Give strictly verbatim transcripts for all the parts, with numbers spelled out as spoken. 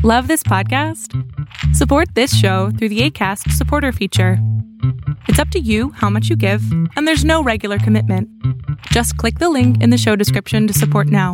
Love this podcast? Support this show through the Acast supporter feature. It's up to you how much you give, and there's no regular commitment. Just click the link in the show description to support now.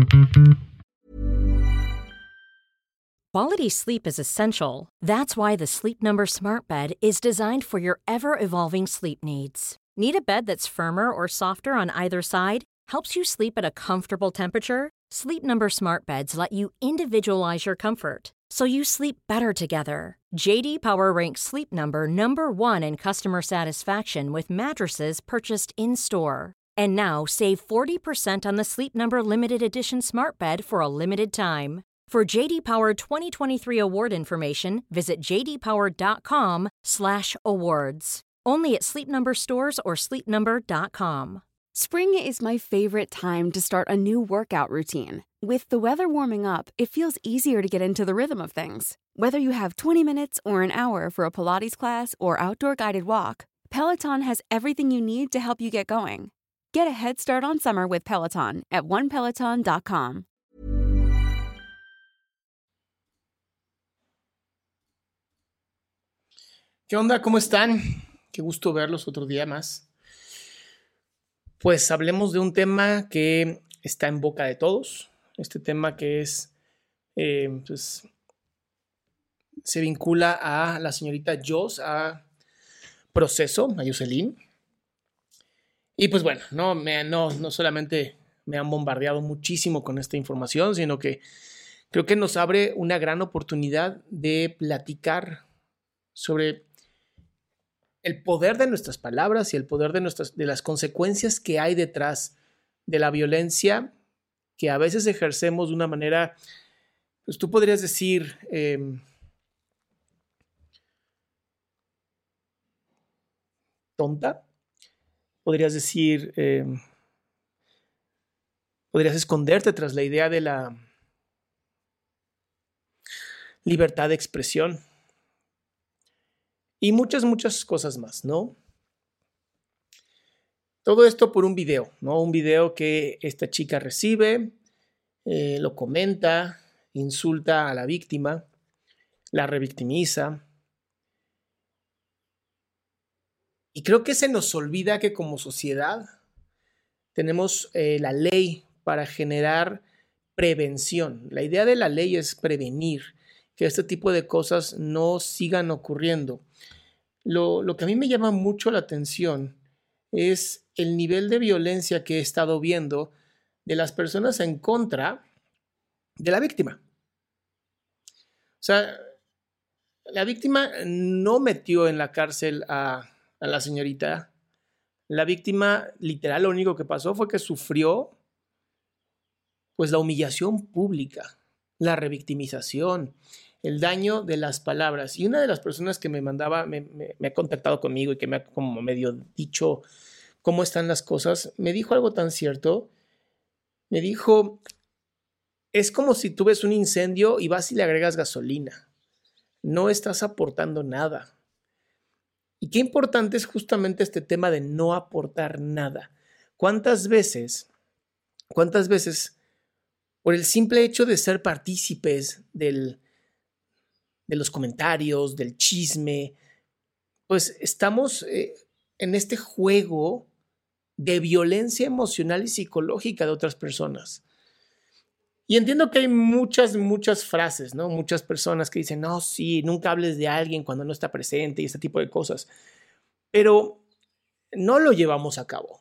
Quality sleep is essential. That's why the Sleep Number Smart Bed is designed for your ever-evolving sleep needs. Need a bed that's firmer or softer on either side? Helps you sleep at a comfortable temperature? Sleep Number Smart Beds let you individualize your comfort, so you sleep better together. J D Power ranks Sleep Number number one in customer satisfaction with mattresses purchased in-store. And now save forty percent on the Sleep Number Limited Edition Smart Bed for a limited time. For J D Power twenty twenty-three award information, visit j d power dot com slash awards. Only at Sleep Number stores or sleep number dot com. Spring is my favorite time to start a new workout routine. With the weather warming up, it feels easier to get into the rhythm of things. Whether you have twenty minutes or an hour for a Pilates class or outdoor guided walk, Peloton has everything you need to help you get going. Get a head start on summer with Peloton at one peloton dot com. ¿Qué onda? ¿Cómo están? Qué gusto verlos otro día más. Pues hablemos de un tema que está en boca de todos. Este tema que es, eh, pues, se vincula a la señorita Joss, a Proceso, a Jocelyn. Y pues bueno, no, me, no, no solamente me han bombardeado muchísimo con esta información, sino que creo que nos abre una gran oportunidad de platicar sobre el poder de nuestras palabras y el poder de, nuestras, de las consecuencias que hay detrás de la violencia que a veces ejercemos de una manera, pues tú podrías decir, eh, tonta, podrías decir, eh, podrías esconderte tras la idea de la libertad de expresión. Y muchas, muchas cosas más, ¿no? Todo esto por un video, ¿no? Un video que esta chica recibe, eh, lo comenta, insulta a la víctima, la revictimiza. Y creo que se nos olvida que como sociedad tenemos eh, la ley para generar prevención. La idea de la ley es prevenir que este tipo de cosas no sigan ocurriendo. Lo, lo que a mí me llama mucho la atención es el nivel de violencia que he estado viendo de las personas en contra de la víctima. O sea, la víctima no metió en la cárcel a, a la señorita. La víctima, literal, lo único que pasó fue que sufrió pues la humillación pública, la revictimización, el daño de las palabras. Y una de las personas que me mandaba, me, me, me ha contactado conmigo y que me ha como medio dicho cómo están las cosas, me dijo algo tan cierto. Me dijo, es como si tú ves un incendio y vas y le agregas gasolina. No estás aportando nada. Y qué importante es justamente este tema de no aportar nada. ¿Cuántas veces, cuántas veces, por el simple hecho de ser partícipes del de los comentarios, del chisme, pues estamos eh, en este juego de violencia emocional y psicológica de otras personas? Y entiendo que hay muchas, muchas frases, ¿no? Muchas personas que dicen, no, sí, nunca hables de alguien cuando no está presente y este tipo de cosas. Pero no lo llevamos a cabo.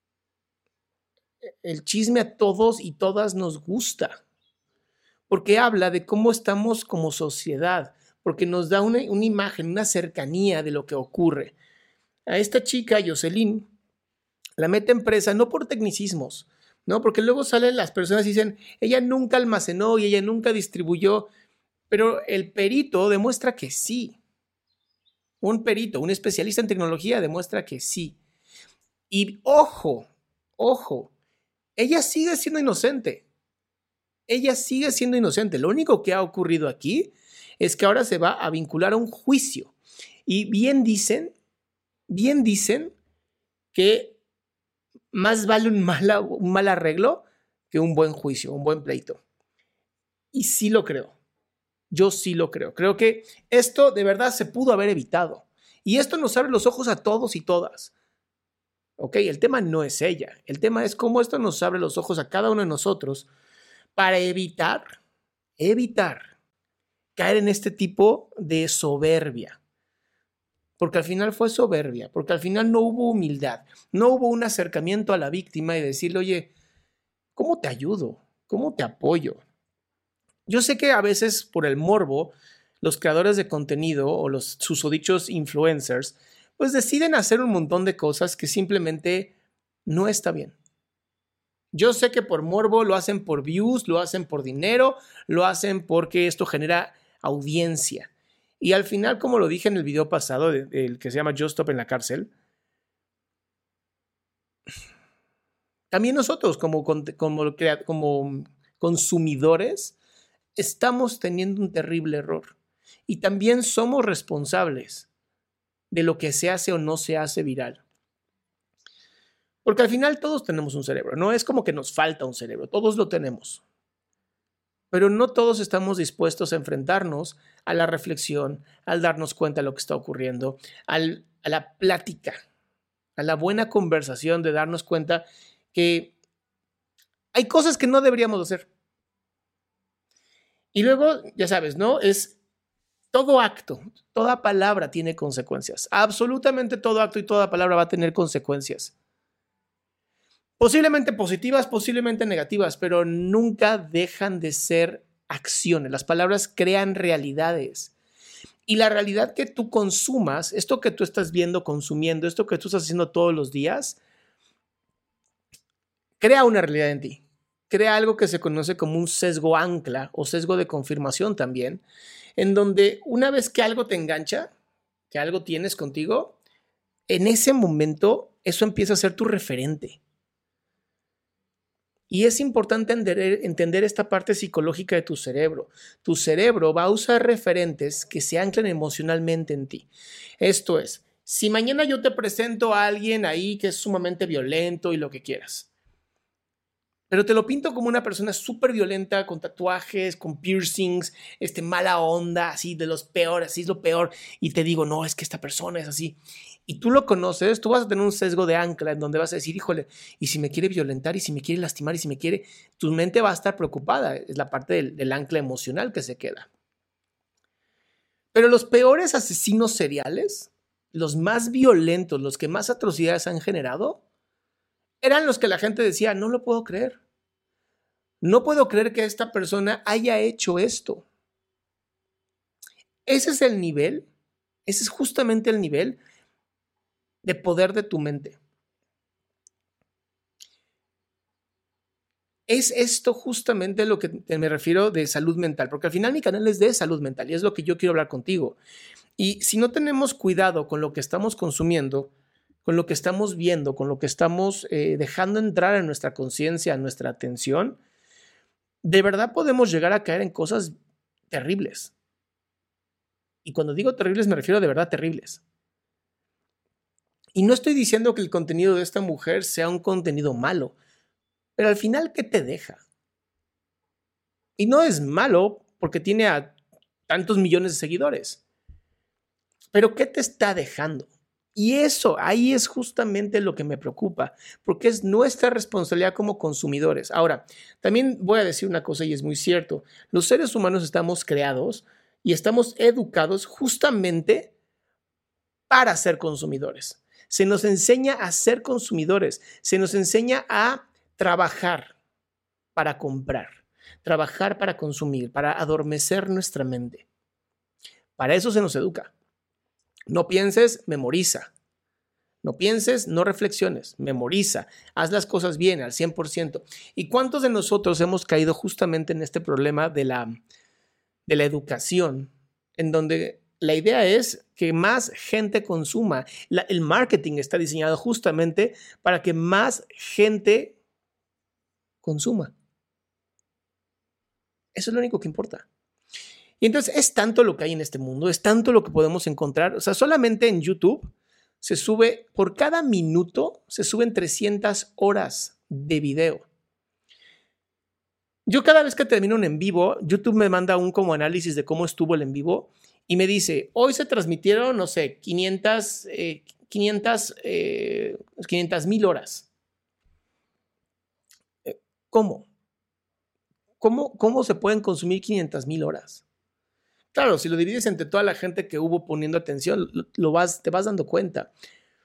El chisme a todos y todas nos gusta, porque habla de cómo estamos como sociedad, porque nos da una, una imagen, una cercanía de lo que ocurre. A esta chica, Jocelyn, la meten presa no por tecnicismos, ¿no? Porque luego salen las personas y dicen, ella nunca almacenó y ella nunca distribuyó, pero el perito demuestra que sí. Un perito, un especialista en tecnología demuestra que sí. Y ojo, ojo, ella sigue siendo inocente. Ella sigue siendo inocente. Lo único que ha ocurrido aquí es que ahora se va a vincular a un juicio. Y bien dicen, bien dicen que más vale un mal, un mal arreglo que un buen juicio, un buen pleito. Y sí lo creo. Yo sí lo creo. Creo que esto de verdad se pudo haber evitado. Y esto nos abre los ojos a todos y todas. Ok, el tema no es ella. El tema es cómo esto nos abre los ojos a cada uno de nosotros para evitar, evitar caer en este tipo de soberbia. Porque al final fue soberbia, porque al final no hubo humildad, no hubo un acercamiento a la víctima y decirle, oye, ¿cómo te ayudo? ¿Cómo te apoyo? Yo sé que a veces por el morbo, los creadores de contenido o los susodichos influencers, pues deciden hacer un montón de cosas que simplemente no está bien. Yo sé que por morbo lo hacen por views, lo hacen por dinero, lo hacen porque esto genera audiencia. Y al final, como lo dije en el video pasado, el que se llama Just Stop en la cárcel, también nosotros como, como, como consumidores estamos teniendo un terrible error. Y también somos responsables de lo que se hace o no se hace viral. Porque al final todos tenemos un cerebro. No es como que nos falta un cerebro, todos lo tenemos. Pero no todos estamos dispuestos a enfrentarnos a la reflexión, al darnos cuenta de lo que está ocurriendo, al, a la plática, a la buena conversación de darnos cuenta que hay cosas que no deberíamos hacer. Y luego, ya sabes, ¿no? Es todo acto, toda palabra tiene consecuencias. Absolutamente todo acto y toda palabra va a tener consecuencias. Posiblemente positivas, posiblemente negativas, pero nunca dejan de ser acciones. Las palabras crean realidades. Y la realidad que tú consumas, esto que tú estás viendo, consumiendo, esto que tú estás haciendo todos los días, crea una realidad en ti. Crea algo que se conoce como un sesgo ancla o sesgo de confirmación también, en donde una vez que algo te engancha, que algo tienes contigo, en ese momento eso empieza a ser tu referente. Y es importante entender, entender esta parte psicológica de tu cerebro. Tu cerebro va a usar referentes que se anclen emocionalmente en ti. Esto es, si mañana yo te presento a alguien ahí que es sumamente violento y lo que quieras, pero te lo pinto como una persona súper violenta, con tatuajes, con piercings, este, mala onda, así de los peores, así es lo peor, y te digo, no, es que esta persona es así, y tú lo conoces, tú vas a tener un sesgo de ancla en donde vas a decir, híjole, y si me quiere violentar, y si me quiere lastimar, y si me quiere, tu mente va a estar preocupada, es la parte del, del ancla emocional que se queda. Pero los peores asesinos seriales, los más violentos, los que más atrocidades han generado, eran los que la gente decía, no lo puedo creer. No puedo creer que esta persona haya hecho esto. Ese es el nivel, ese es justamente el nivel de poder de tu mente. Es esto justamente lo que me refiero de salud mental, porque al final mi canal es de salud mental y es lo que yo quiero hablar contigo. Y si no tenemos cuidado con lo que estamos consumiendo, con lo que estamos viendo, con lo que estamos eh, dejando entrar en nuestra conciencia, en nuestra atención, de verdad podemos llegar a caer en cosas terribles. Y cuando digo terribles me refiero de verdad terribles. Y no estoy diciendo que el contenido de esta mujer sea un contenido malo, pero al final, ¿qué te deja? Y no es malo porque tiene a tantos millones de seguidores, pero ¿qué te está dejando? Y eso, ahí es justamente lo que me preocupa, porque es nuestra responsabilidad como consumidores. Ahora, también voy a decir una cosa y es muy cierto. Los seres humanos estamos creados y estamos educados justamente para ser consumidores. Se nos enseña a ser consumidores, se nos enseña a trabajar para comprar, trabajar para consumir, para adormecer nuestra mente. Para eso se nos educa. No pienses, memoriza. No pienses, no reflexiones, memoriza. Haz las cosas bien, al cien por ciento. ¿Y cuántos de nosotros hemos caído justamente en este problema de la, de la educación, en donde la idea es que más gente consuma? La, el marketing está diseñado justamente para que más gente consuma. Eso es lo único que importa. Y entonces es tanto lo que hay en este mundo, es tanto lo que podemos encontrar. O sea, solamente en YouTube se sube, por cada minuto, se suben trescientas horas de video. Yo cada vez que termino un en vivo, YouTube me manda un como análisis de cómo estuvo el en vivo y me dice, hoy se transmitieron, no sé, quinientas, eh, quinientas, eh, quinientas mil horas. ¿Cómo? ¿Cómo? ¿Cómo se pueden consumir quinientas mil horas? Claro, si lo divides entre toda la gente que hubo poniendo atención, lo, lo vas, te vas dando cuenta.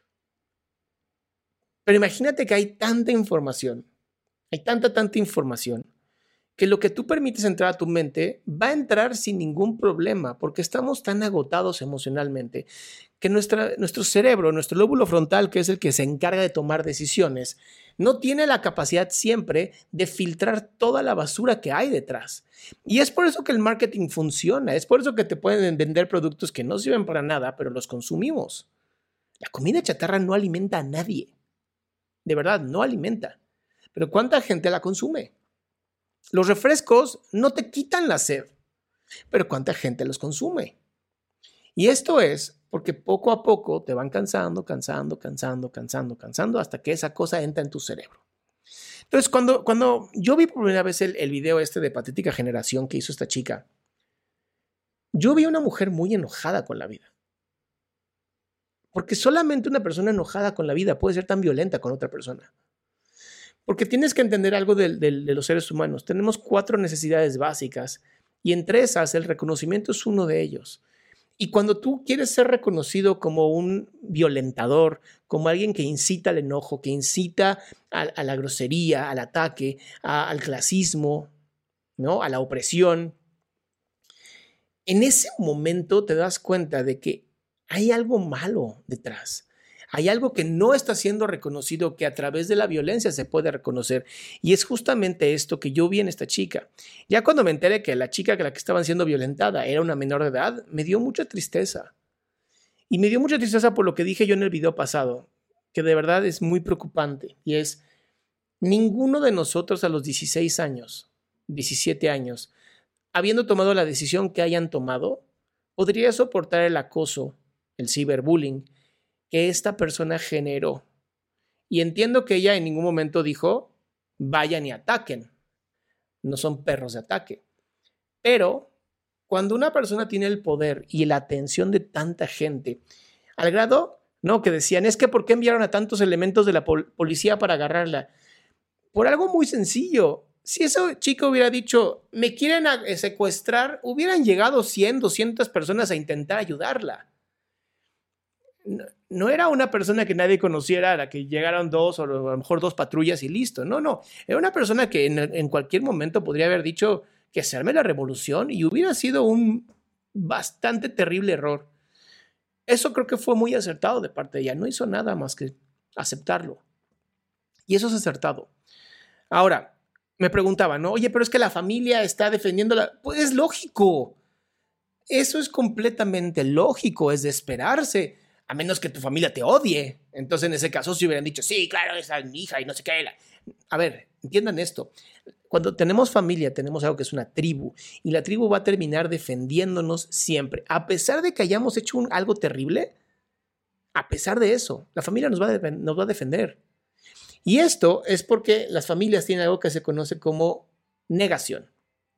Pero imagínate que hay tanta información, hay tanta, tanta información, que lo que tú permites entrar a tu mente va a entrar sin ningún problema, porque estamos tan agotados emocionalmente que nuestra, nuestro cerebro, nuestro lóbulo frontal, que es el que se encarga de tomar decisiones, no tiene la capacidad siempre de filtrar toda la basura que hay detrás. Y es por eso que el marketing funciona, es por eso que te pueden vender productos que no sirven para nada, pero los consumimos. La comida chatarra no alimenta a nadie. De verdad, no alimenta. Pero ¿cuánta gente la consume? Los refrescos no te quitan la sed, pero ¿cuánta gente los consume? Y esto es porque poco a poco te van cansando, cansando, cansando, cansando, cansando, hasta que esa cosa entra en tu cerebro. Entonces, cuando, cuando yo vi por primera vez el, el video este de Patética Generación que hizo esta chica, yo vi a una mujer muy enojada con la vida. Porque solamente una persona enojada con la vida puede ser tan violenta con otra persona. Porque tienes que entender algo de, de, de los seres humanos. Tenemos cuatro necesidades básicas y entre esas el reconocimiento es uno de ellos. Y cuando tú quieres ser reconocido como un violentador, como alguien que incita al enojo, que incita a, a la grosería, al ataque, a, al clasismo, ¿no? A la opresión, en ese momento te das cuenta de que hay algo malo detrás. Hay algo que no está siendo reconocido, que a través de la violencia se puede reconocer. Y es justamente esto que yo vi en esta chica. Ya cuando me enteré que la chica que la que estaban siendo violentada era una menor de edad, me dio mucha tristeza. Y me dio mucha tristeza por lo que dije yo en el video pasado, que de verdad es muy preocupante. Y es, ninguno de nosotros a los dieciséis años, diecisiete años, habiendo tomado la decisión que hayan tomado, podría soportar el acoso, el ciberbullying, que esta persona generó. Y entiendo que ella en ningún momento dijo, vayan y ataquen. No son perros de ataque. Pero cuando una persona tiene el poder y la atención de tanta gente, al grado, no, que decían, es que ¿por qué enviaron a tantos elementos de la pol- policía para agarrarla? Por algo muy sencillo. Si ese chico hubiera dicho, me quieren secuestrar, hubieran llegado cien, doscientas personas a intentar ayudarla. No, no era una persona que nadie conociera, a la que llegaron dos o a lo mejor dos patrullas y listo. No, no. Era una persona que en, en cualquier momento podría haber dicho que se arme la revolución y hubiera sido un bastante terrible error. Eso creo que fue muy acertado de parte de ella. No hizo nada más que aceptarlo. Y eso es acertado. Ahora, me preguntaban, ¿no? Oye, pero es que la familia está defendiéndola. Pues es lógico. Eso es completamente lógico. Es de esperarse. A menos que tu familia te odie. Entonces, en ese caso, si hubieran dicho, sí, claro, esa es mi hija y no sé qué. A ver, entiendan esto. Cuando tenemos familia, tenemos algo que es una tribu. Y la tribu va a terminar defendiéndonos siempre. A pesar de que hayamos hecho un, algo terrible, a pesar de eso, la familia nos va, a, nos va a defender. Y esto es porque las familias tienen algo que se conoce como negación.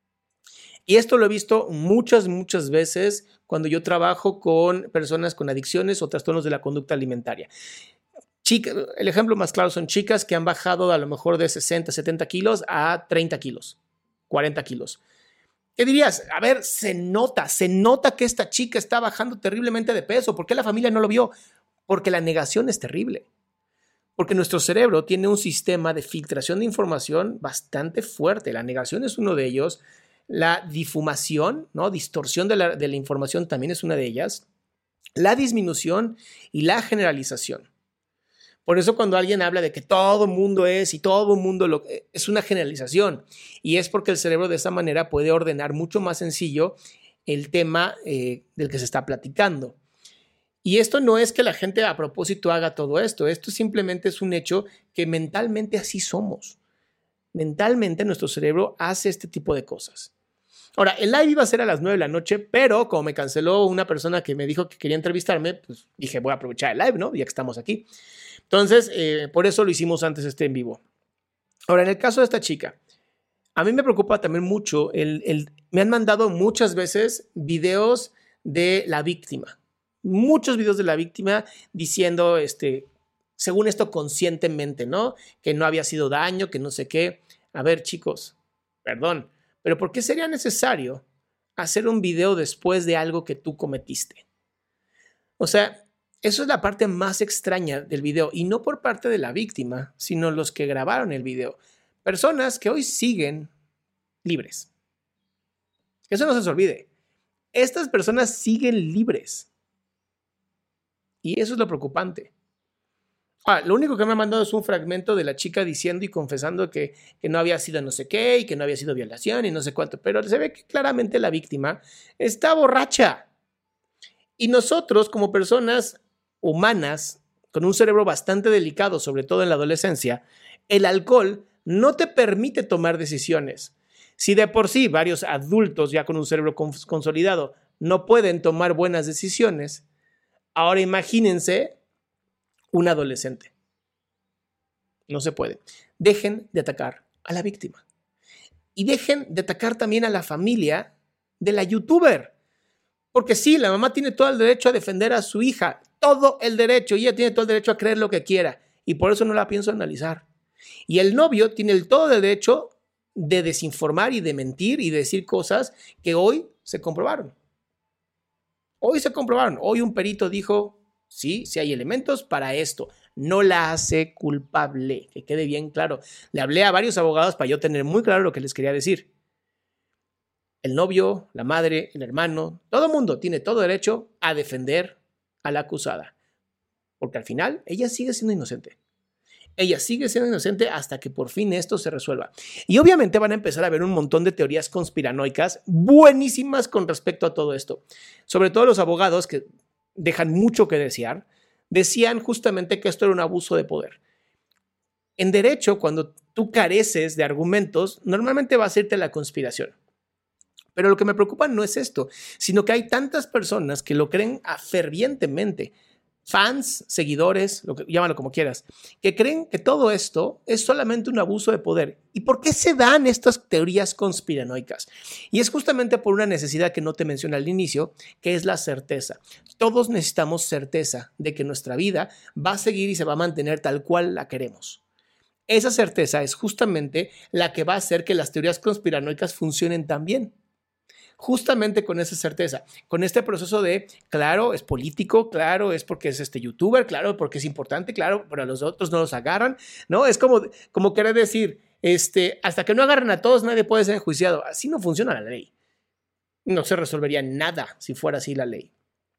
Y esto lo he visto muchas, muchas veces cuando yo trabajo con personas con adicciones o trastornos de la conducta alimentaria. Chica, el ejemplo más claro son chicas que han bajado a lo mejor de sesenta, setenta kilos a treinta kilos, cuarenta kilos. ¿Qué dirías? A ver, se nota, se nota que esta chica está bajando terriblemente de peso. ¿Por qué la familia no lo vio? Porque la negación es terrible. Porque nuestro cerebro tiene un sistema de filtración de información bastante fuerte. La negación es uno de ellos. La difumación, ¿no? Distorsión de la, de la información también es una de ellas. La disminución y la generalización. Por eso cuando alguien habla de que todo mundo es y todo mundo lo es una generalización. Y es porque el cerebro de esa manera puede ordenar mucho más sencillo el tema eh, del que se está platicando. Y esto no es que la gente a propósito haga todo esto. Esto simplemente es un hecho que mentalmente así somos. Mentalmente nuestro cerebro hace este tipo de cosas. Ahora, el live iba a ser a las nueve de la noche, pero como me canceló una persona que me dijo que quería entrevistarme, pues dije, voy a aprovechar el live, ¿no? Ya que estamos aquí. Entonces, eh, por eso lo hicimos antes este en vivo. Ahora, en el caso de esta chica, A mí me preocupa también mucho, el, el, me han mandado muchas veces videos de la víctima. Muchos videos de la víctima diciendo, este, según esto conscientemente, ¿no? Que no había sido daño, que no sé qué. A ver, chicos, perdón, pero ¿por qué sería necesario hacer un video después de algo que tú cometiste? O sea, eso es la parte más extraña del video, y no por parte de la víctima, sino los que grabaron el video. Personas que hoy siguen libres. Que eso no se les olvide. Estas personas siguen libres. Y eso es lo preocupante. Ah, lo único que me ha mandado es un fragmento de la chica diciendo y confesando que, que no había sido no sé qué y que no había sido violación y no sé cuánto. Pero se ve que claramente la víctima está borracha. Y nosotros, como personas humanas, con un cerebro bastante delicado, sobre todo en la adolescencia, el alcohol no te permite tomar decisiones. Si de por sí varios adultos ya con un cerebro cons- consolidado no pueden tomar buenas decisiones, ahora imagínense un adolescente. No se puede. Dejen de atacar a la víctima. Y dejen de atacar también a la familia de la youtuber. Porque sí, la mamá tiene todo el derecho a defender a su hija. Todo el derecho. Y ella tiene todo el derecho a creer lo que quiera. Y por eso no la pienso analizar. Y el novio tiene el todo el derecho de desinformar y de mentir y de decir cosas que hoy se comprobaron. Hoy se comprobaron. Hoy un perito dijo, sí, sí hay elementos para esto. No la hace culpable, que quede bien claro. Le hablé a varios abogados para yo tener muy claro lo que les quería decir. El novio, la madre, el hermano, todo el mundo tiene todo derecho a defender a la acusada. Porque al final ella sigue siendo inocente. Ella sigue siendo inocente hasta que por fin esto se resuelva. Y obviamente van a empezar a ver un montón de teorías conspiranoicas buenísimas con respecto a todo esto. Sobre todo los abogados, que dejan mucho que desear, decían justamente que esto era un abuso de poder. En derecho, cuando tú careces de argumentos, normalmente va a hacerte la conspiración. Pero lo que me preocupa no es esto, sino que hay tantas personas que lo creen fervientemente. Fans, seguidores, lo que, llámalo como quieras, que creen que todo esto es solamente un abuso de poder. ¿Y por qué se dan estas teorías conspiranoicas? Y es justamente por una necesidad que no te mencioné al inicio, que es la certeza. Todos necesitamos certeza de que nuestra vida va a seguir y se va a mantener tal cual la queremos. Esa certeza es justamente la que va a hacer que las teorías conspiranoicas funcionen tan bien. Justamente con esa certeza, con este proceso de, claro, es político, claro, es porque es este youtuber, claro, porque es importante, claro, pero a los otros no los agarran, ¿no? Es como, como querer decir, este, hasta que no agarren a todos, nadie puede ser enjuiciado. Así no funciona la ley. No se resolvería nada si fuera así la ley.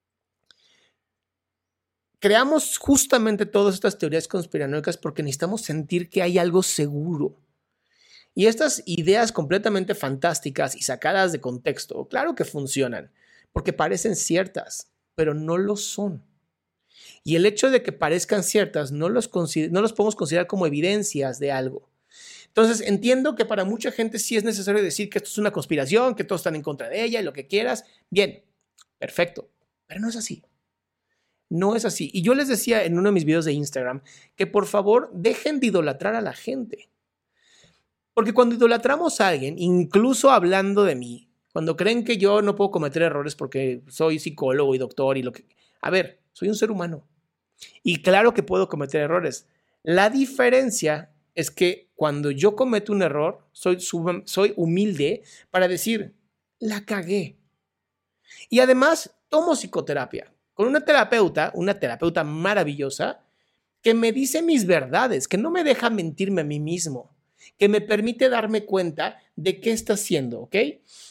Creamos justamente todas estas teorías conspiranoicas porque necesitamos sentir que hay algo seguro. Y estas ideas completamente fantásticas y sacadas de contexto, claro que funcionan, porque parecen ciertas, pero no lo son. Y el hecho de que parezcan ciertas no los, no los podemos considerar como evidencias de algo. Entonces entiendo que para mucha gente sí es necesario decir que esto es una conspiración, que todos están en contra de ella y lo que quieras. Bien, perfecto, pero no es así. No es así. Y yo les decía en uno de mis videos de Instagram que por favor dejen de idolatrar a la gente. Porque cuando idolatramos a alguien, incluso hablando de mí, cuando creen que yo no puedo cometer errores porque soy psicólogo y doctor y lo que... A ver, soy un ser humano. Y claro que puedo cometer errores. La diferencia es que cuando yo cometo un error, soy, soy humilde para decir, la cagué. Y además, tomo psicoterapia con una terapeuta, una terapeuta maravillosa, que me dice mis verdades, que no me deja mentirme a mí mismo, que me permite darme cuenta de qué está haciendo, ¿ok?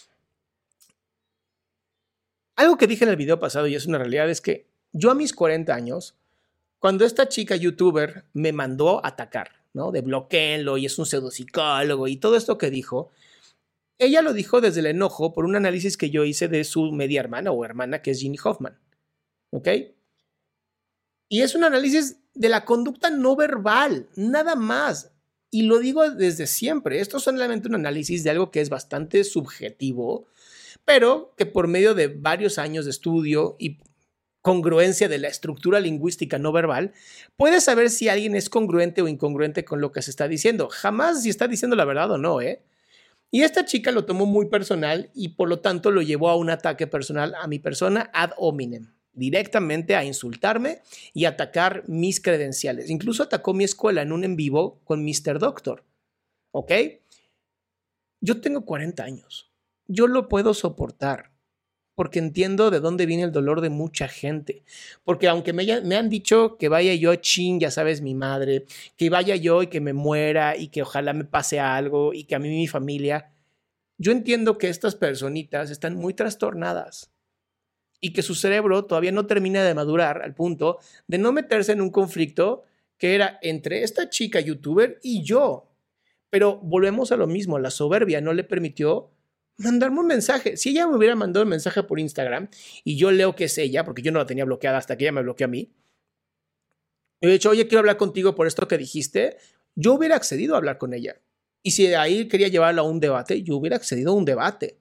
Algo que dije en el video pasado y es una realidad es que yo a mis cuarenta años, cuando esta chica youtuber me mandó a atacar, ¿no? De bloqueenlo y es un pseudopsicólogo y todo esto que dijo, ella lo dijo desde el enojo por un análisis que yo hice de su media hermana o hermana que es Ginny Hoffman, ¿ok? Y es un análisis de la conducta no verbal, nada más. Y lo digo desde siempre, esto es solamente un análisis de algo que es bastante subjetivo, pero que por medio de varios años de estudio y congruencia de la estructura lingüística no verbal, puedes saber si alguien es congruente o incongruente con lo que se está diciendo. Jamás si está diciendo la verdad o no, ¿eh? Y esta chica lo tomó muy personal y por lo tanto lo llevó a un ataque personal a mi persona ad hominem, directamente a insultarme y atacar mis credenciales. Incluso atacó mi escuela en un en vivo con míster Doctor. ¿Ok? Yo tengo cuarenta años. Yo lo puedo soportar porque entiendo de dónde viene el dolor de mucha gente. Porque aunque me, me han dicho que vaya yo chin, ya sabes, mi madre, que vaya yo y que me muera y que ojalá me pase algo y que a mí mi familia, yo entiendo que estas personitas están muy trastornadas y que su cerebro todavía no termina de madurar al punto de no meterse en un conflicto que era entre esta chica youtuber y yo. Pero volvemos a lo mismo, la soberbia no le permitió mandarme un mensaje. Si ella me hubiera mandado un mensaje por Instagram y yo leo que es ella, porque yo no la tenía bloqueada hasta que ella me bloqueó a mí, me hubiera dicho, oye, quiero hablar contigo por esto que dijiste, yo hubiera accedido a hablar con ella. Y si de ahí quería llevarla a un debate, yo hubiera accedido a un debate.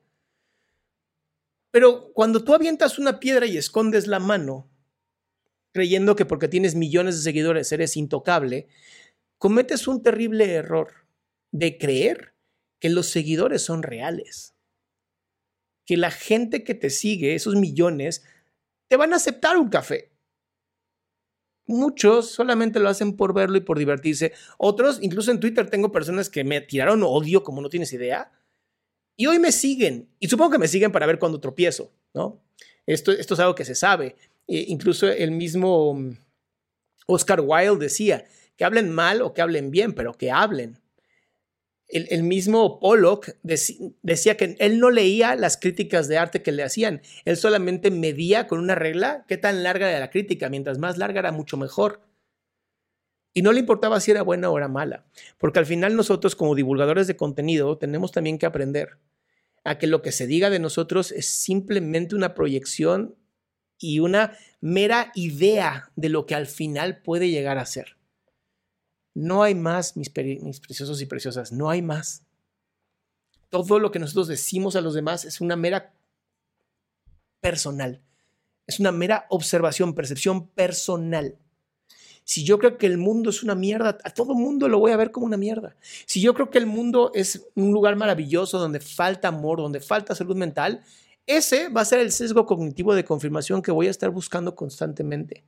Pero cuando tú avientas una piedra y escondes la mano, creyendo que porque tienes millones de seguidores eres intocable, cometes un terrible error de creer que los seguidores son reales. Que la gente que te sigue, esos millones, te van a aceptar un café. Muchos solamente lo hacen por verlo y por divertirse. Otros, incluso en Twitter tengo personas que me tiraron odio como no tienes idea. Y hoy me siguen. Y supongo que me siguen para ver cuando tropiezo, ¿no? Esto, esto es algo que se sabe. E incluso el mismo Oscar Wilde decía que hablen mal o que hablen bien, pero que hablen. El, el mismo Pollock dec, decía que él no leía las críticas de arte que le hacían. Él solamente medía con una regla qué tan larga era la crítica. Mientras más larga era mucho mejor. Y no le importaba si era buena o era mala. Porque al final nosotros como divulgadores de contenido tenemos también que aprender a que lo que se diga de nosotros es simplemente una proyección y una mera idea de lo que al final puede llegar a ser. No hay más, mis, mis preciosos y preciosas, no hay más. Todo lo que nosotros decimos a los demás es una mera personal. Es una mera observación, percepción personal. Si yo creo que el mundo es una mierda, a todo mundo lo voy a ver como una mierda. Si yo creo que el mundo es un lugar maravilloso donde falta amor, donde falta salud mental, ese va a ser el sesgo cognitivo de confirmación que voy a estar buscando constantemente.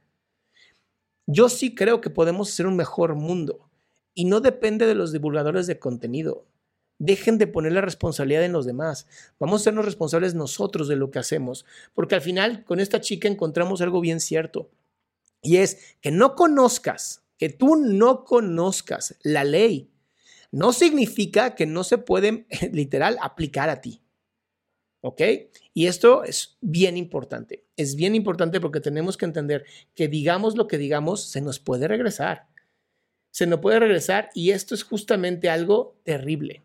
Yo sí creo que podemos hacer un mejor mundo y no depende de los divulgadores de contenido. Dejen de poner la responsabilidad en los demás. Vamos a sernos responsables nosotros de lo que hacemos, porque al final con esta chica encontramos algo bien cierto y es que no conozcas, que tú no conozcas la ley, no significa que no se puede literal aplicar a ti. ¿Ok? Y esto es bien importante. Es bien importante porque tenemos que entender que digamos lo que digamos, se nos puede regresar. Se nos puede regresar y esto es justamente algo terrible.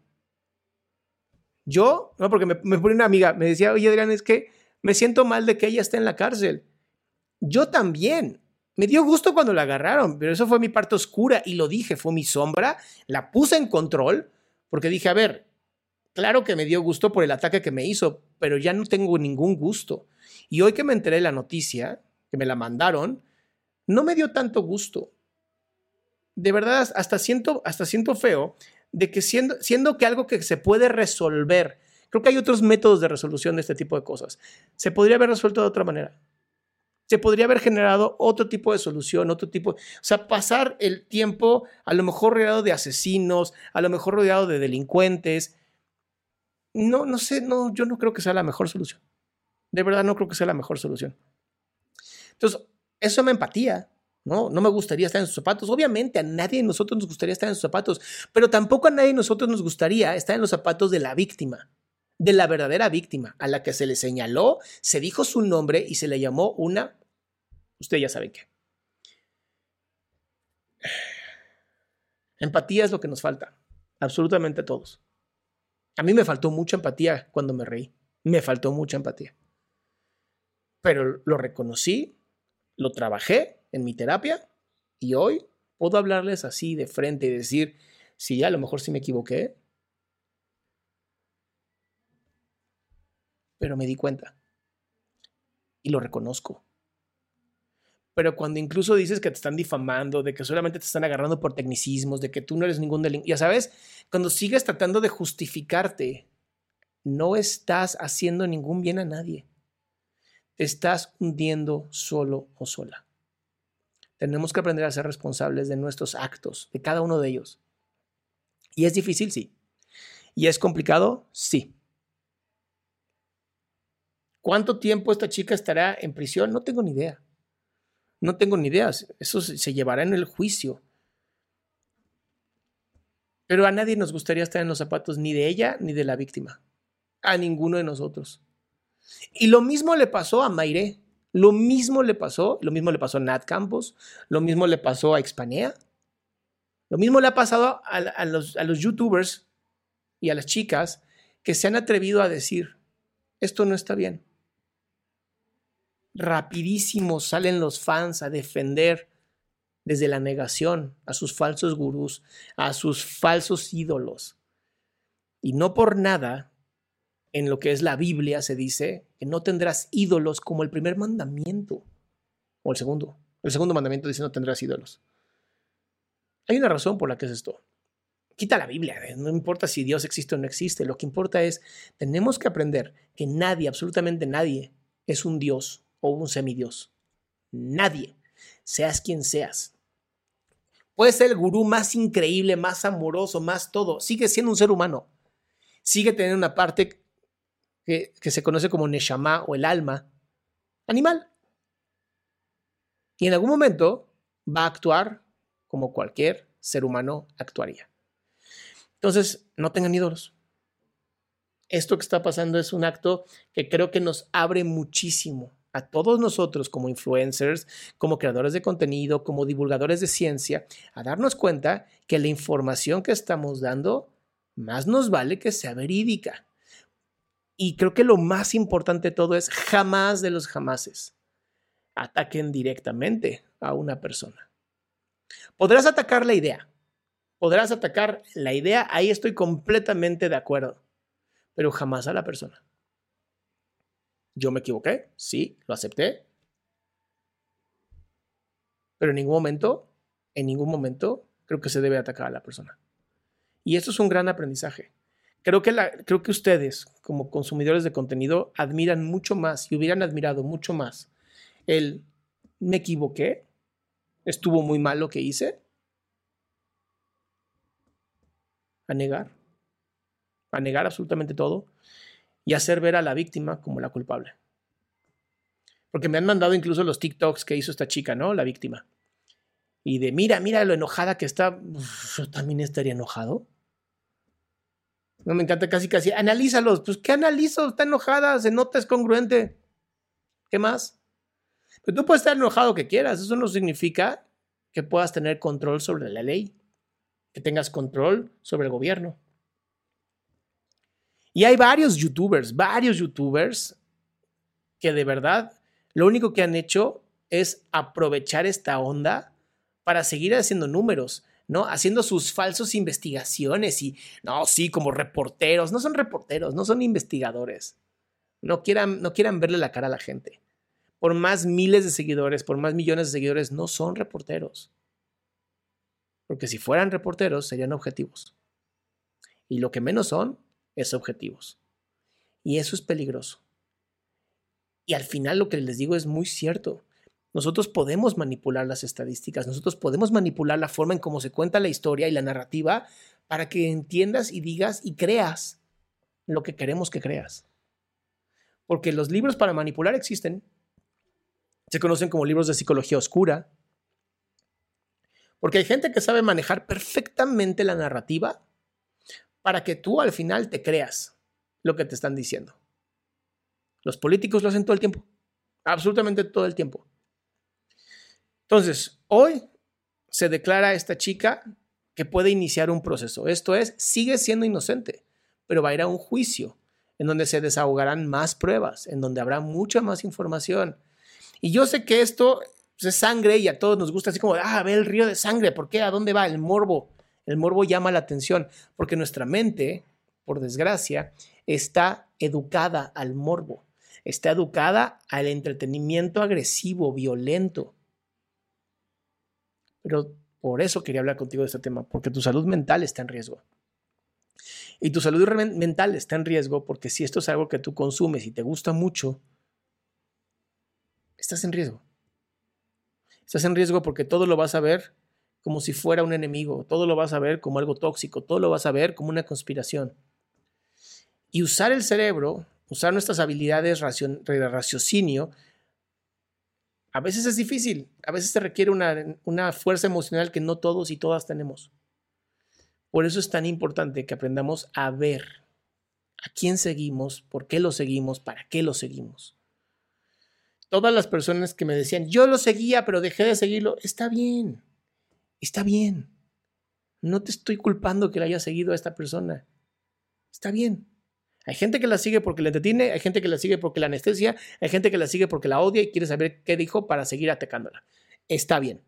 Yo, no, porque me, me pone una amiga, me decía, oye Adrián, es que me siento mal de que ella esté en la cárcel. Yo también. Me dio gusto cuando la agarraron, pero eso fue mi parte oscura y lo dije, fue mi sombra. La puse en control porque dije, a ver, claro que me dio gusto por el ataque que me hizo, pero ya no tengo ningún gusto. Y hoy que me enteré de la noticia, que me la mandaron, no me dio tanto gusto. De verdad, hasta siento, hasta siento feo de que siendo, siendo que algo que se puede resolver, creo que hay otros métodos de resolución de este tipo de cosas, se podría haber resuelto de otra manera. Se podría haber generado otro tipo de solución, otro tipo, o sea, pasar el tiempo a lo mejor rodeado de asesinos, a lo mejor rodeado de delincuentes. No, no sé, no, yo no creo que sea la mejor solución. De verdad no creo que sea la mejor solución. Entonces, eso me empatía, ¿no? No me gustaría estar en sus zapatos. Obviamente a nadie de nosotros nos gustaría estar en sus zapatos, pero tampoco a nadie de nosotros nos gustaría estar en los zapatos de la víctima, de la verdadera víctima, a la que se le señaló, se dijo su nombre y se le llamó una, ustedes ya saben qué. Empatía es lo que nos falta, absolutamente a todos. A mí me faltó mucha empatía cuando me reí. Me faltó mucha empatía. Pero lo reconocí, lo trabajé en mi terapia y hoy puedo hablarles así de frente y decir, sí, a lo mejor sí me equivoqué, pero me di cuenta y lo reconozco. Pero cuando incluso dices que te están difamando, de que solamente te están agarrando por tecnicismos, de que tú no eres ningún delincuente, ya sabes, cuando sigues tratando de justificarte, no estás haciendo ningún bien a nadie. Te estás hundiendo solo o sola. Tenemos que aprender a ser responsables de nuestros actos, de cada uno de ellos. ¿Y es difícil? Sí. ¿Y es complicado? Sí. ¿Cuánto tiempo esta chica estará en prisión? No tengo ni idea. No tengo ni idea. Eso se llevará en el juicio. Pero a nadie nos gustaría estar en los zapatos ni de ella ni de la víctima. A ninguno de nosotros. Y lo mismo le pasó a Mayre. Lo mismo le pasó. Lo mismo le pasó a Nat Campos. Lo mismo le pasó a Expanea. Lo mismo le ha pasado a, a, los, a los youtubers y a las chicas que se han atrevido a decir, esto no está bien. Rapidísimo salen los fans a defender desde la negación a sus falsos gurús, a sus falsos ídolos. Y no por nada, en lo que es la Biblia se dice que no tendrás ídolos como el primer mandamiento. O el segundo. El segundo mandamiento dice no tendrás ídolos. Hay una razón por la que es esto. Quita la Biblia, no importa si Dios existe o no existe. Lo que importa es, tenemos que aprender que nadie, absolutamente nadie, es un Dios o un semidios. Nadie, seas quien seas. Puedes ser el gurú más increíble, más amoroso, más todo. Sigue siendo un ser humano. Sigue teniendo una parte que, que se conoce como Neshama o el alma animal. Y en algún momento va a actuar como cualquier ser humano actuaría. Entonces, no tengan ídolos. Esto que está pasando es un acto que creo que nos abre muchísimo a todos nosotros como influencers, como creadores de contenido, como divulgadores de ciencia, a darnos cuenta que la información que estamos dando más nos vale que sea verídica. Y creo que lo más importante de todo es jamás de los jamases ataquen directamente a una persona. Podrás atacar la idea, podrás atacar la idea, ahí estoy completamente de acuerdo, pero jamás a la persona. Yo me equivoqué, sí, lo acepté, pero en ningún momento, en ningún momento creo que se debe atacar a la persona. Y esto es un gran aprendizaje. Creo que, la, creo que ustedes, como consumidores de contenido, admiran mucho más y hubieran admirado mucho más el me equivoqué, estuvo muy mal lo que hice, a negar, a negar absolutamente todo y hacer ver a la víctima como la culpable. Porque me han mandado incluso los TikToks que hizo esta chica, ¿no? La víctima. Y de mira, mira lo enojada que está. Uf, yo también estaría enojado. No me encanta casi casi. Analízalos. Pues ¿qué analizo? Está enojada, se nota, es congruente. ¿Qué más? Pero tú puedes estar enojado que quieras. Eso no significa que puedas tener control sobre la ley, que tengas control sobre el gobierno. Y hay varios youtubers, varios youtubers que de verdad lo único que han hecho es aprovechar esta onda para seguir haciendo números, ¿no? Haciendo sus falsas investigaciones y, no, sí, como reporteros. No son reporteros, no son investigadores. No quieran, no quieran verle la cara a la gente. Por más miles de seguidores, por más millones de seguidores, no son reporteros. Porque si fueran reporteros, serían objetivos. Y lo que menos son es objetivos. Y eso es peligroso. Y al final lo que les digo es muy cierto. Nosotros podemos manipular las estadísticas, nosotros podemos manipular la forma en cómo se cuenta la historia y la narrativa para que entiendas y digas y creas lo que queremos que creas. Porque los libros para manipular existen. Se conocen como libros de psicología oscura. Porque hay gente que sabe manejar perfectamente la narrativa para que tú al final te creas lo que te están diciendo. Los políticos lo hacen todo el tiempo. Absolutamente todo el tiempo. Entonces, hoy se declara a esta chica que puede iniciar un proceso. Esto es, sigue siendo inocente, pero va a ir a un juicio en donde se desahogarán más pruebas, en donde habrá mucha más información. Y yo sé que esto es sangre y a todos nos gusta así como, ah, ve el río de sangre. ¿Por qué? ¿A dónde va? El morbo. El morbo llama la atención porque nuestra mente, por desgracia, está educada al morbo. Está educada al entretenimiento agresivo, violento. Pero por eso quería hablar contigo de este tema, porque tu salud mental está en riesgo. Y tu salud mental está en riesgo porque si esto es algo que tú consumes y te gusta mucho, estás en riesgo. Estás en riesgo porque todo lo vas a ver como si fuera un enemigo, todo lo vas a ver como algo tóxico, todo lo vas a ver como una conspiración. Y usar el cerebro, usar nuestras habilidades de raciocinio, a veces es difícil, a veces se requiere una, una fuerza emocional que no todos y todas tenemos. Por eso es tan importante que aprendamos a ver a quién seguimos, por qué lo seguimos, para qué lo seguimos. Todas las personas que me decían, yo lo seguía, pero dejé de seguirlo, está bien, está bien. No te estoy culpando que la haya seguido a esta persona. Está bien. Hay gente que la sigue porque la entretiene, hay gente que la sigue porque la anestesia, hay gente que la sigue porque la odia y quiere saber qué dijo para seguir atacándola. Está bien.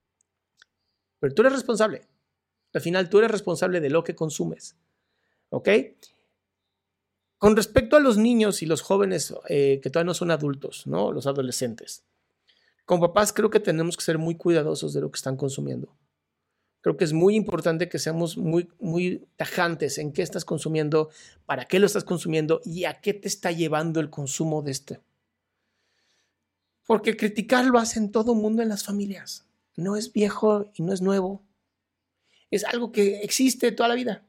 Pero tú eres responsable. Al final tú eres responsable de lo que consumes. ¿Ok? Con respecto a los niños y los jóvenes eh, que todavía no son adultos, ¿no? Los adolescentes. Como papás creo que tenemos que ser muy cuidadosos de lo que están consumiendo. Creo que es muy importante que seamos muy, muy tajantes en qué estás consumiendo, para qué lo estás consumiendo y a qué te está llevando el consumo de este. Porque criticar lo hacen todo el mundo en las familias. No es viejo y no es nuevo. Es algo que existe toda la vida.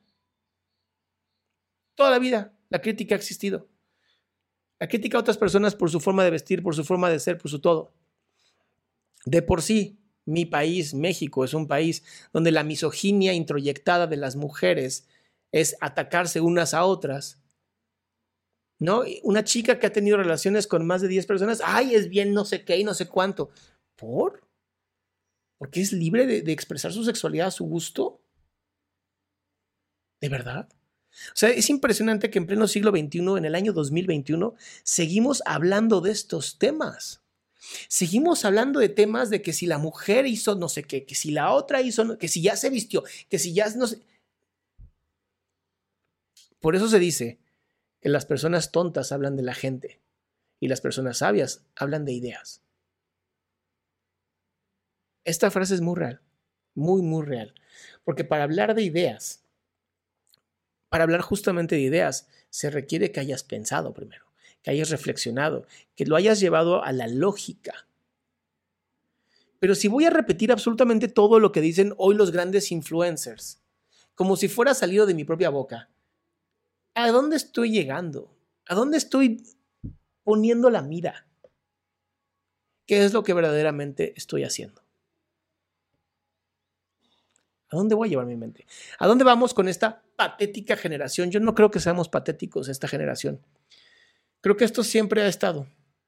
Toda la vida la crítica ha existido. La crítica a otras personas por su forma de vestir, por su forma de ser, por su todo. De por sí, mi país, México, es un país donde la misoginia introyectada de las mujeres es atacarse unas a otras, ¿no? Una chica que ha tenido relaciones con más de diez personas, ay, es bien no sé qué y no sé cuánto. ¿Por? ¿Porque es libre de, de expresar su sexualidad a su gusto? ¿De verdad? O sea, es impresionante que en pleno siglo veintiuno, en el año dos mil veintiuno, seguimos hablando de estos temas. Seguimos hablando de temas de que si la mujer hizo no sé qué, que si la otra hizo, que si ya se vistió, que si ya no sé. Por eso se dice que las personas tontas hablan de la gente y las personas sabias hablan de ideas. Esta frase es muy real, muy, muy real. Porque para hablar de ideas, para hablar justamente de ideas, se requiere que hayas pensado primero, que hayas reflexionado, que lo hayas llevado a la lógica. Pero si voy a repetir absolutamente todo lo que dicen hoy los grandes influencers, como si fuera salido de mi propia boca, ¿a dónde estoy llegando? ¿A dónde estoy poniendo la mira? ¿Qué es lo que verdaderamente estoy haciendo? ¿A dónde voy a llevar mi mente? ¿A dónde vamos con esta patética generación? Yo no creo que seamos patéticos esta generación. Creo que esto siempre ha estado.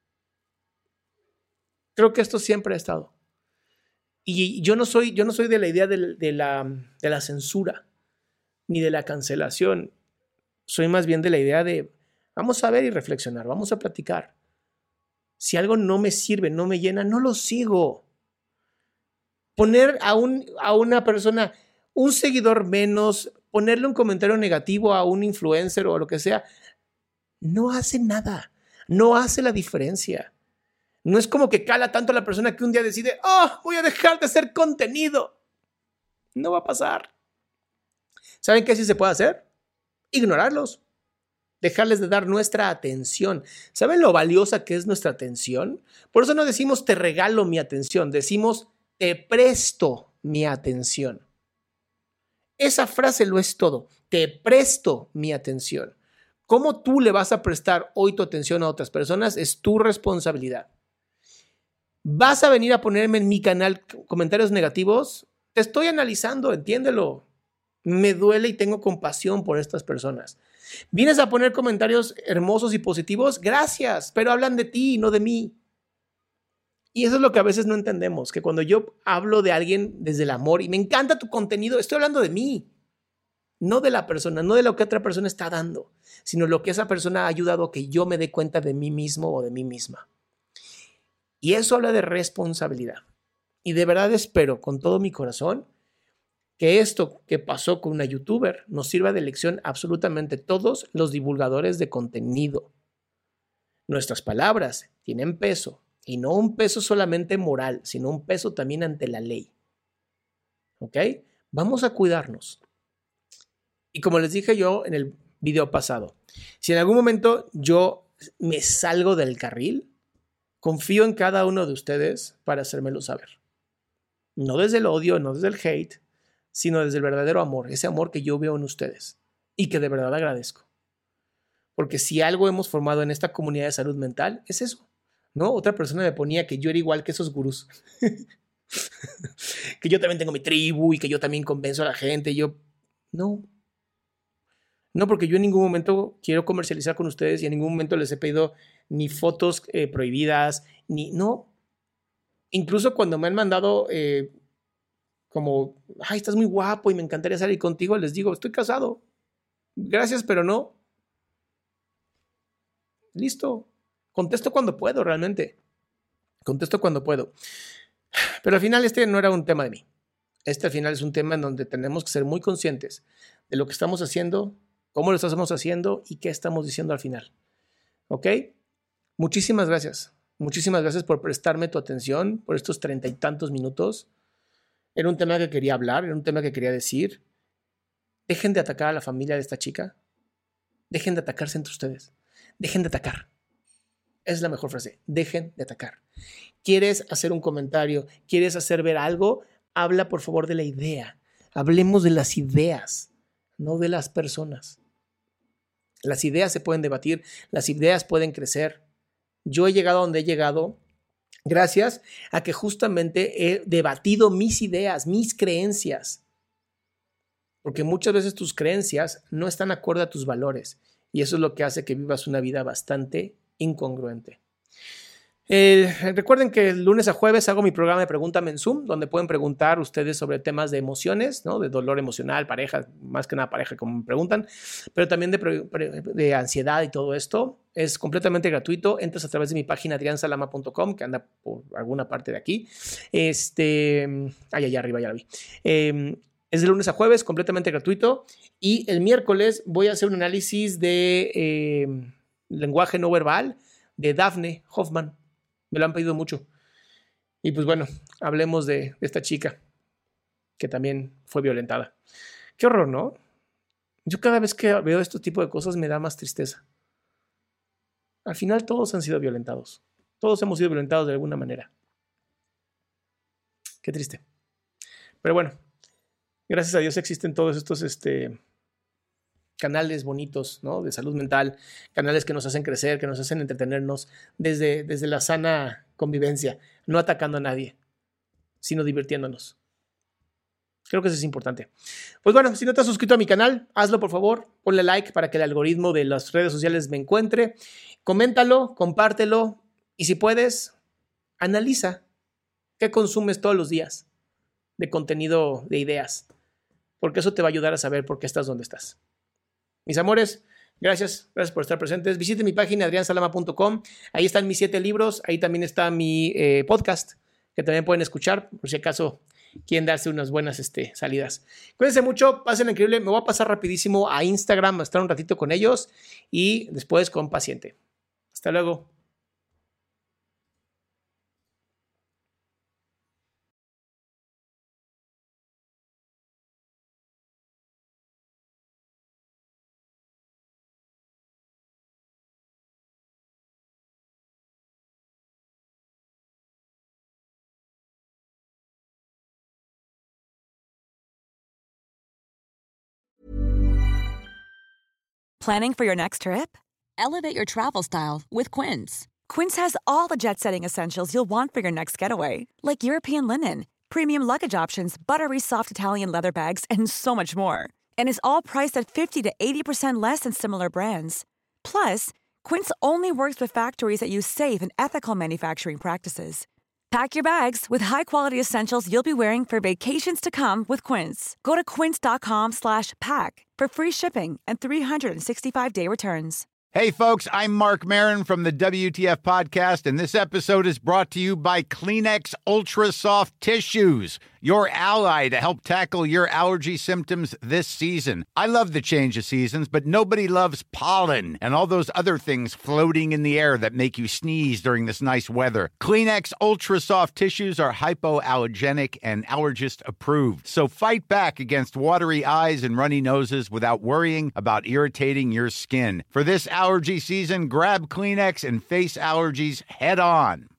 Creo que esto siempre ha estado. Y yo no soy, yo no soy de la idea de, de, la, de la censura ni de la cancelación. Soy más bien de la idea de vamos a ver y reflexionar, vamos a platicar. Si algo no me sirve, no me llena, no lo sigo. Poner a, un, a una persona, un seguidor menos, ponerle un comentario negativo a un influencer o lo que sea, no hace nada, no hace la diferencia. No es como que cala tanto a la persona que un día decide, oh, voy a dejar de hacer contenido. No va a pasar. ¿Saben qué sí se puede hacer? Ignorarlos. Dejarles de dar nuestra atención. ¿Saben lo valiosa que es nuestra atención? Por eso no decimos te regalo mi atención, decimos te presto mi atención. Esa frase lo es todo. Te presto mi atención. ¿Cómo tú le vas a prestar hoy tu atención a otras personas? Es tu responsabilidad. ¿Vas a venir a ponerme en mi canal comentarios negativos? Te estoy analizando, entiéndelo. Me duele y tengo compasión por estas personas. ¿Vienes a poner comentarios hermosos y positivos? Gracias, pero hablan de ti, no de mí. Y eso es lo que a veces no entendemos, que cuando yo hablo de alguien desde el amor y me encanta tu contenido, estoy hablando de mí, no de la persona, no de lo que otra persona está dando, sino lo que esa persona ha ayudado a que yo me dé cuenta de mí mismo o de mí misma. Y eso habla de responsabilidad. Y de verdad espero con todo mi corazón que esto que pasó con una youtuber nos sirva de lección absolutamente todos los divulgadores de contenido. Nuestras palabras tienen peso, y no un peso solamente moral, sino un peso también ante la ley. ¿ok? Vamos a cuidarnos. Y como les dije yo en el video pasado, si en algún momento yo me salgo del carril, confío en cada uno de ustedes para hacérmelo saber. No desde el odio, no desde el hate, sino desde el verdadero amor, ese amor que yo veo en ustedes y que de verdad agradezco. Porque si algo hemos formado en esta comunidad de salud mental, es eso, ¿no? Otra persona me ponía que yo era igual que esos gurús. Que yo también tengo mi tribu y que yo también convenzo a la gente. Y yo, no. No, porque yo en ningún momento quiero comercializar con ustedes y en ningún momento les he pedido ni fotos eh, prohibidas, ni, no. Incluso cuando me han mandado eh, como, ay, estás muy guapo y me encantaría salir contigo, les digo, estoy casado. Gracias, pero no. Listo. Contesto cuando puedo, realmente. Contesto cuando puedo. Pero al final este no era un tema de mí. Este al final es un tema en donde tenemos que ser muy conscientes de lo que estamos haciendo, cómo lo estamos haciendo y qué estamos diciendo al final. ¿Ok? Muchísimas gracias. Muchísimas gracias por prestarme tu atención por estos treinta y tantos minutos. Era un tema que quería hablar, era un tema que quería decir. Dejen de atacar a la familia de esta chica. Dejen de atacarse entre ustedes. Dejen de atacar. Es la mejor frase. Dejen de atacar. ¿Quieres hacer un comentario? ¿Quieres hacer ver algo? Habla, por favor, de la idea. Hablemos de las ideas, no de las personas. Las ideas se pueden debatir, las ideas pueden crecer. Yo he llegado a donde he llegado gracias a que justamente he debatido mis ideas, mis creencias. Porque muchas veces tus creencias no están acorde a tus valores. Y eso es lo que hace que vivas una vida bastante incongruente. Eh, recuerden que el lunes a jueves hago mi programa de Pregúntame en Zoom, donde pueden preguntar ustedes sobre temas de emociones, ¿no? De dolor emocional, pareja, más que nada pareja, como me preguntan, pero también de, pre, pre, de ansiedad y todo esto. Es completamente gratuito. Entras a través de mi página adrian salama punto com, que anda por alguna parte de aquí. Este, ay, allá arriba ya la vi. Eh, es de lunes a jueves, completamente gratuito. Y el miércoles voy a hacer un análisis de eh, lenguaje no verbal de Daphne Hoffman. Me lo han pedido mucho. Y pues bueno, hablemos de, de esta chica que también fue violentada. Qué horror, ¿no? Yo cada vez que veo este tipo de cosas me da más tristeza. Al final todos han sido violentados. Todos hemos sido violentados de alguna manera. Qué triste. Pero bueno, gracias a Dios existen todos estos este, canales bonitos, ¿no? De salud mental, canales que nos hacen crecer, que nos hacen entretenernos desde, desde la sana convivencia, no atacando a nadie, sino divirtiéndonos. Creo que eso es importante. Pues bueno, si no te has suscrito a mi canal, hazlo por favor, ponle like para que el algoritmo de las redes sociales me encuentre, coméntalo, compártelo y si puedes, analiza qué consumes todos los días de contenido, de ideas, porque eso te va a ayudar a saber por qué estás donde estás. Mis amores, gracias, gracias por estar presentes. Visite mi página adrian salama punto com. Ahí están mis siete libros. Ahí también está mi eh, podcast, que también pueden escuchar, por si acaso quieren darse unas buenas este, salidas. Cuídense mucho, pasen increíble. Me voy a pasar rapidísimo a Instagram, a estar un ratito con ellos y después con Paciente. Hasta luego. Planning for your next trip? Elevate your travel style with Quince. Quince has all the jet-setting essentials you'll want for your next getaway, like European linen, premium luggage options, buttery soft Italian leather bags, and so much more. And is all priced at fifty to eighty percent less than similar brands. Plus, Quince only works with factories that use safe and ethical manufacturing practices. Pack your bags with high-quality essentials you'll be wearing for vacations to come with Quince. Go to quince.com slash pack for free shipping and three sixty-five day returns. Hey, folks, I'm Mark Maron from the W T F Podcast, and this episode is brought to you by Kleenex Ultra Soft Tissues, your ally to help tackle your allergy symptoms this season. I love the change of seasons, but nobody loves pollen and all those other things floating in the air that make you sneeze during this nice weather. Kleenex Ultra Soft Tissues are hypoallergenic and allergist approved. So fight back against watery eyes and runny noses without worrying about irritating your skin. For this allergy season, grab Kleenex and face allergies head on.